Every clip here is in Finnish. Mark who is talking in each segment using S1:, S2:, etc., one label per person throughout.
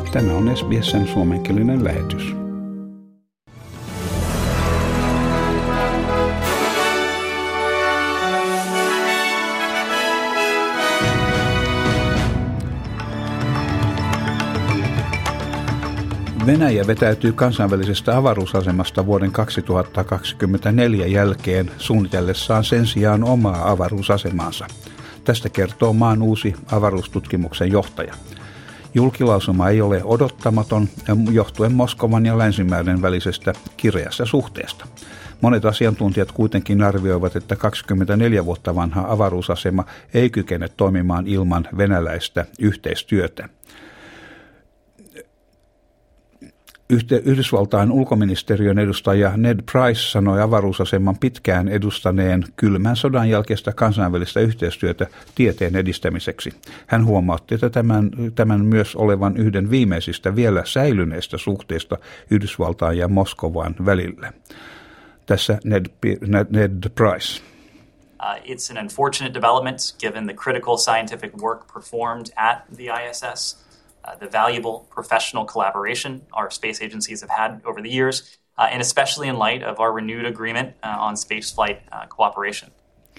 S1: Tämä on SBS:n suomenkielinen lähetys. Venäjä vetäytyy kansainvälisestä avaruusasemasta vuoden 2024 jälkeen suunnitellessaan sen sijaan omaa avaruusasemaansa. Tästä kertoo maan uusi avaruustutkimuksen johtaja. Julkilausuma ei ole odottamaton johtuen Moskovan ja Länsimäärän välisestä kireästä suhteesta. Monet asiantuntijat kuitenkin arvioivat, että 24 vuotta vanha avaruusasema ei kykene toimimaan ilman venäläistä yhteistyötä. Yhdysvaltain ulkoministeriön edustaja Ned Price sanoi avaruusaseman pitkään edustaneen kylmän sodan jälkeistä kansainvälistä yhteistyötä tieteen edistämiseksi. Hän huomautti, että tämän myös olevan yhden viimeisistä vielä säilyneistä suhteista Yhdysvaltain ja Moskovan välillä. Tässä Ned Price.
S2: It's an unfortunate development given the critical scientific work performed at the ISS. The valuable professional collaboration our space agencies have had over the years, and especially in light of our renewed agreement on spaceflight cooperation.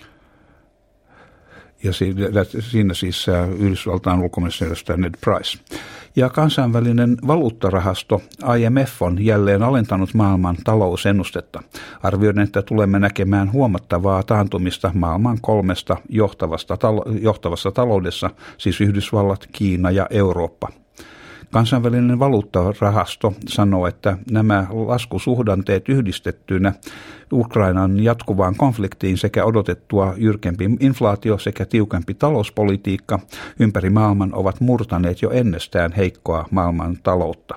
S1: Ja siinä siis Yhdysvaltain ulkoministeriöstä Ned Price. Ja kansainvälinen valuuttarahasto IMF on jälleen alentanut maailman talousennustetta. Arvioiden, että tulemme näkemään huomattavaa taantumista maailman kolmesta johtavassa taloudessa, siis Yhdysvallat, Kiina ja Eurooppa. Kansainvälinen valuuttarahasto sanoo, että nämä laskusuhdanteet yhdistettyinä Ukrainan jatkuvaan konfliktiin sekä odotettua jyrkempi inflaatio sekä tiukempi talouspolitiikka ympäri maailman ovat murtaneet jo ennestään heikkoa maailman taloutta.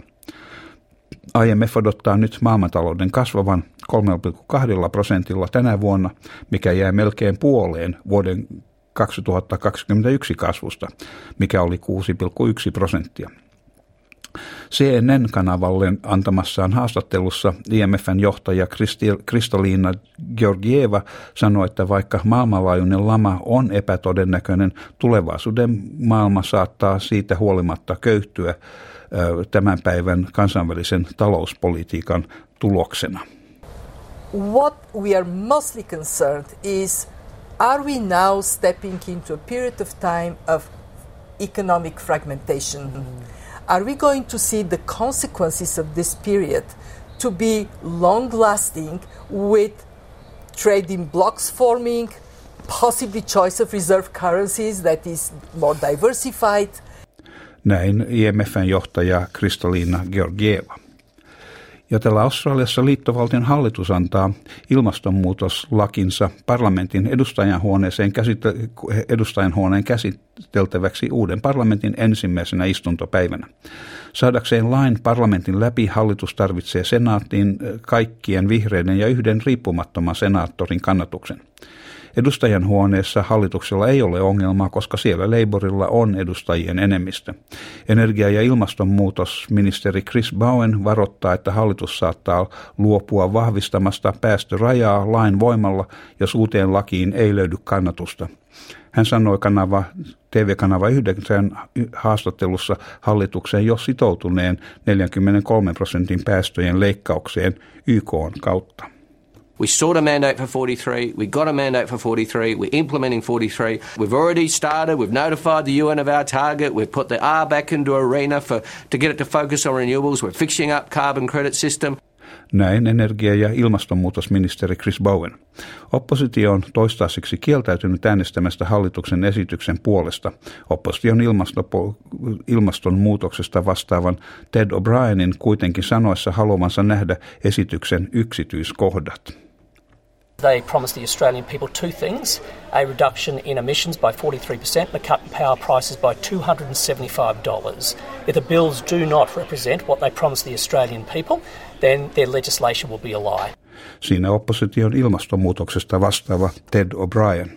S1: IMF odottaa nyt maailmantalouden kasvavan 3,2% tänä vuonna, mikä jää melkein puoleen vuoden 2021 kasvusta, mikä oli 6,1%. CNN-kanavalle antamassaan haastattelussa IMF:n johtaja Kristalina Georgieva sanoi, että vaikka maailmanlaajuinen lama on epätodennäköinen, tulevaisuuden maailma saattaa siitä huolimatta köyhtyä tämän päivän kansainvälisen talouspolitiikan tuloksena.
S3: What we are mostly concerned is, are we now stepping into a period of time of economic fragmentation? Are we going to see the consequences of this period to be long-lasting with trading blocks forming, possibly choice of reserve currencies that is more diversified?
S1: Näin IMF:n johtaja Kristalina Georgieva. Ja täällä Australiassa liittovaltion hallitus antaa ilmastonmuutoslakinsa parlamentin edustajanhuoneen käsiteltäväksi uuden parlamentin ensimmäisenä istuntopäivänä. Saadakseen lain parlamentin läpi hallitus tarvitsee senaattiin kaikkien vihreiden ja yhden riippumattoman senaattorin kannatuksen. Edustajanhuoneessa hallituksella ei ole ongelmaa, koska siellä Labourilla on edustajien enemmistö. Energia- ja ilmastonmuutosministeri Chris Bowen varoittaa, että hallitus saattaa luopua vahvistamasta päästörajaa lain voimalla, jos uuteen lakiin ei löydy kannatusta. Hän sanoi TV-kanava 9 haastattelussa hallitukseen jo sitoutuneen 43% päästöjen leikkaukseen YK:n kautta.
S4: We sought a mandate for 43, we got a mandate for 43, we're implementing 43. We've already started, we've notified the UN of our target, we've put the R back into arena to get it to focus on renewables, we're fixing up carbon credit system.
S1: Näin energia- ja ilmastonmuutosministeri Chris Bowen. Oppositio on toistaiseksi kieltäytynyt äänestämästä hallituksen esityksen puolesta. Opposition ilmastonmuutoksesta vastaavan Ted O'Brienin kuitenkin sanoessa haluamansa nähdä esityksen yksityiskohdat.
S5: They promised the Australian people two things: a reduction in emissions by 43% and a cut in power prices by $275. If the bills do not represent what they promised the Australian people, then their legislation will be a lie.
S1: Siinä opposition ilmastonmuutoksesta vastaava Ted O'Brien.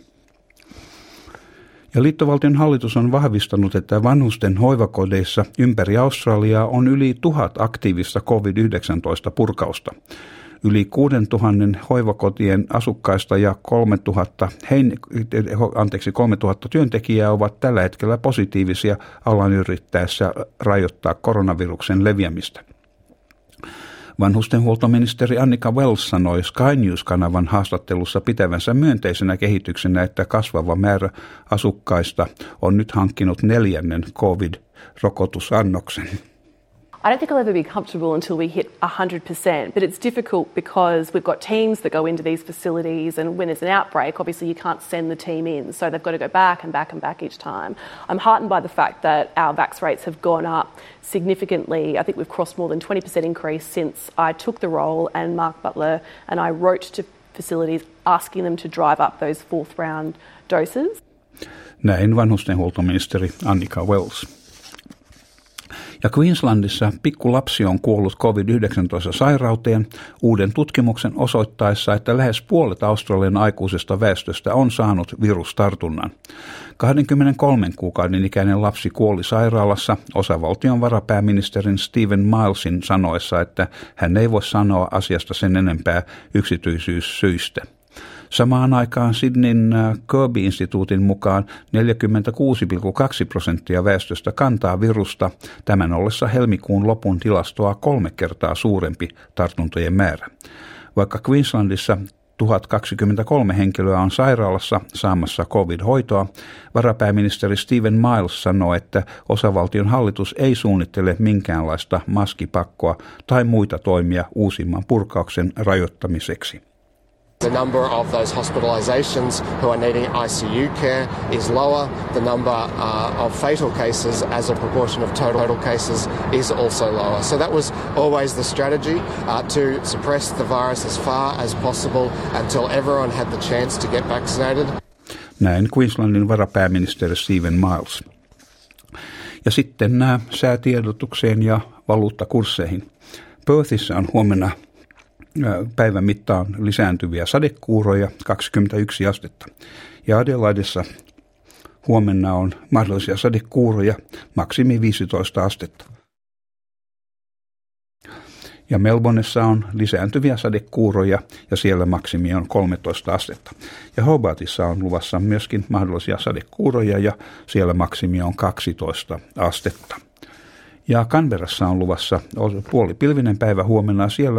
S1: Ja liittovaltion hallitus on vahvistanut, että vanhusten hoivakodeissa ympäri Australiaa on yli 1000 aktiivista COVID-19 purkausta. Yli 6000 hoivakotien asukkaista ja 3000 työntekijää ovat tällä hetkellä positiivisia alan yrittäessä rajoittaa koronaviruksen leviämistä. Vanhustenhuoltoministeri Annika Wells sanoi Sky News-kanavan haastattelussa pitävänsä myönteisenä kehityksenä, että kasvava määrä asukkaista on nyt hankkinut 4. COVID-rokotusannoksen.
S6: I don't think I'll ever be comfortable until we hit 100%, but it's difficult because we've got teams that go into these facilities, and when there's an outbreak, obviously you can't send the team in, so they've got to go back and back and back each time. I'm heartened by the fact that our vax rates have gone up significantly. I think we've crossed more than 20% increase since I took the role, and Mark Butler and I wrote to facilities asking them to drive up those 4th round doses.
S1: Näin vanhustenhuoltoministeri Annika Wells. Ja Queenslandissa pikkulapsi on kuollut COVID-19-sairauteen uuden tutkimuksen osoittaessa, että lähes puolet Australian aikuisesta väestöstä on saanut virustartunnan. 23 kuukauden ikäinen lapsi kuoli sairaalassa osavaltion varapääministerin Stephen Milesin sanoessa, että hän ei voi sanoa asiasta sen enempää yksityisyyssyistä. Samaan aikaan Sydneyn Kirby-instituutin mukaan 46,2% väestöstä kantaa virusta, tämän ollessa helmikuun lopun tilastoa 3 kertaa suurempi tartuntojen määrä. Vaikka Queenslandissa 1023 henkilöä on sairaalassa saamassa COVID-hoitoa, varapääministeri Stephen Miles sanoi, että osavaltion hallitus ei suunnittele minkäänlaista maskipakkoa tai muita toimia uusimman purkauksen rajoittamiseksi.
S7: The number of those hospitalisations who are needing ICU care is lower. The number of fatal cases as a proportion of total cases is also lower. So that was always the strategy, to suppress the virus as far as possible until everyone had the chance to get vaccinated.
S1: Näin Queenslandin varapääministeri Stephen Miles. Ja sitten säätiedotukseen ja valuuttakursseihin. Perthissä on huomenna päivän mittaan lisääntyviä sadekuuroja 21 astetta. Ja Adelaidessa huomenna on mahdollisia sadekuuroja maksimi 15 astetta. Ja Melbourneissa on lisääntyviä sadekuuroja ja siellä maksimi on 13 astetta. Ja Hobartissa on luvassa myöskin mahdollisia sadekuuroja ja siellä maksimi on 12 astetta. Ja Canberrassa on luvassa puolipilvinen päivä huomenna, siellä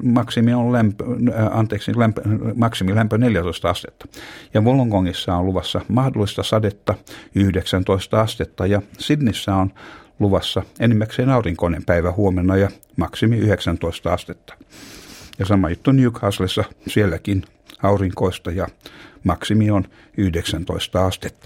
S1: maksimilämpö 14 astetta. Ja Wollongongissa on luvassa mahdollista sadetta 19 astetta ja Sydneyssä on luvassa enimmäkseen aurinkoinen päivä huomenna ja maksimi 19 astetta. Ja sama juttu Newcastlessa, sielläkin aurinkoista ja maksimi on 19 astetta.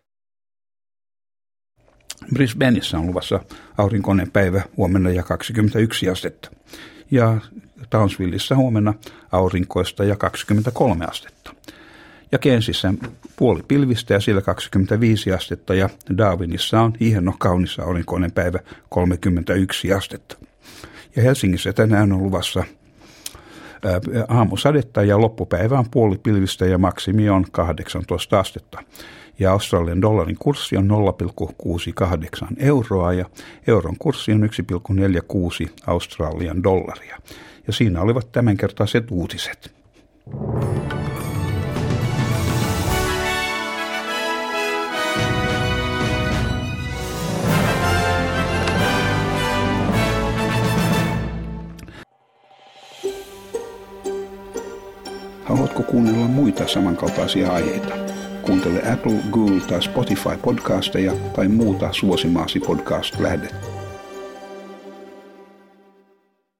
S1: Brisbaneissa on luvassa aurinkoinen päivä huomenna ja 21 astetta. Ja Townsvillessä huomenna aurinkoista ja 23 astetta. Ja Cairnsissä puolipilvistä ja siellä 25 astetta ja Darwinissa on hieno kaunis aurinkoinen päivä 31 astetta. Ja Helsingissä tänään on luvassa aamusadetta ja loppupäivä on puolipilvistä ja maksimi on 18 astetta. Ja Australian dollarin kurssi on 0,68 euroa ja euron kurssi on 1,46 Australian dollaria. Ja siinä olivat tämänkertaiset uutiset. Haluatko kuunnella muita samankaltaisia aiheita? Kuuntele Apple, Google tai Spotify podcasteja tai muuta suosimaasi podcast-lähdettä.